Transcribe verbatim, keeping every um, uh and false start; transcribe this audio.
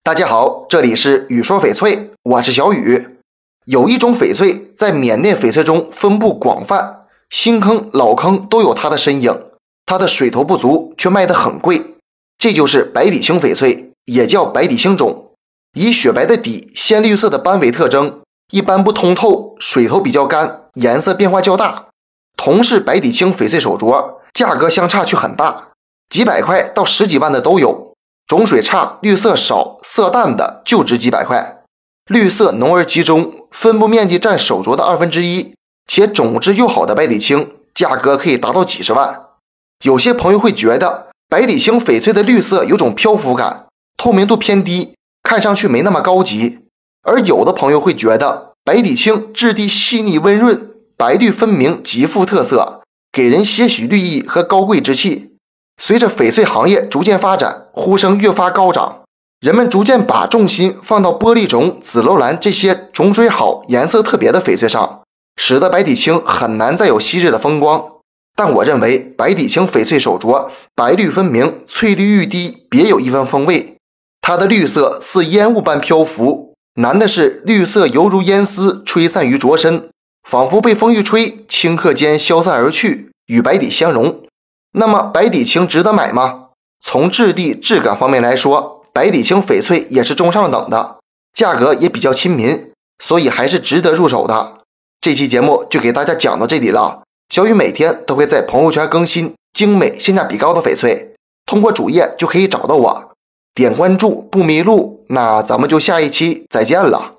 大家好，这里是雨说翡翠，我是小雨。有一种翡翠在缅甸翡翠中分布广泛，新坑老坑都有它的身影，它的水头不足却卖得很贵，这就是白底青翡翠，也叫白底青种。以雪白的底、鲜绿色的斑为特征，一般不通透，水头比较干，颜色变化较大。同是白底青翡翠手镯，价格相差却很大，几百块到十几万的都有。种水差、绿色少、色淡的就值几百块，绿色浓而集中，分布面积占手镯的二分之一，且种质又好的白底青，价格可以达到几十万。有些朋友会觉得白底青翡翠的绿色有种漂浮感，透明度偏低，看上去没那么高级。而有的朋友会觉得白底青质地细腻温润，白绿分明，极富特色，给人些许绿意和高贵之气。随着翡翠行业逐渐发展，呼声越发高涨，人们逐渐把重心放到玻璃种、紫罗兰这些种水好、颜色特别的翡翠上，使得白底青很难再有昔日的风光。但我认为白底青翡翠手镯白绿分明，翠绿欲滴，别有一番风味。它的绿色似烟雾般漂浮，难的是绿色犹如烟丝吹散于镯身，仿佛被风一吹，顷刻间消散而去，与白底相融。那么白底青值得买吗？从质地质感方面来说，白底青翡翠也是中上等的，价格也比较亲民，所以还是值得入手的。这期节目就给大家讲到这里了。小雨每天都会在朋友圈更新精美性价比高的翡翠，通过主页就可以找到我，点关注不迷路。那咱们就下一期再见了。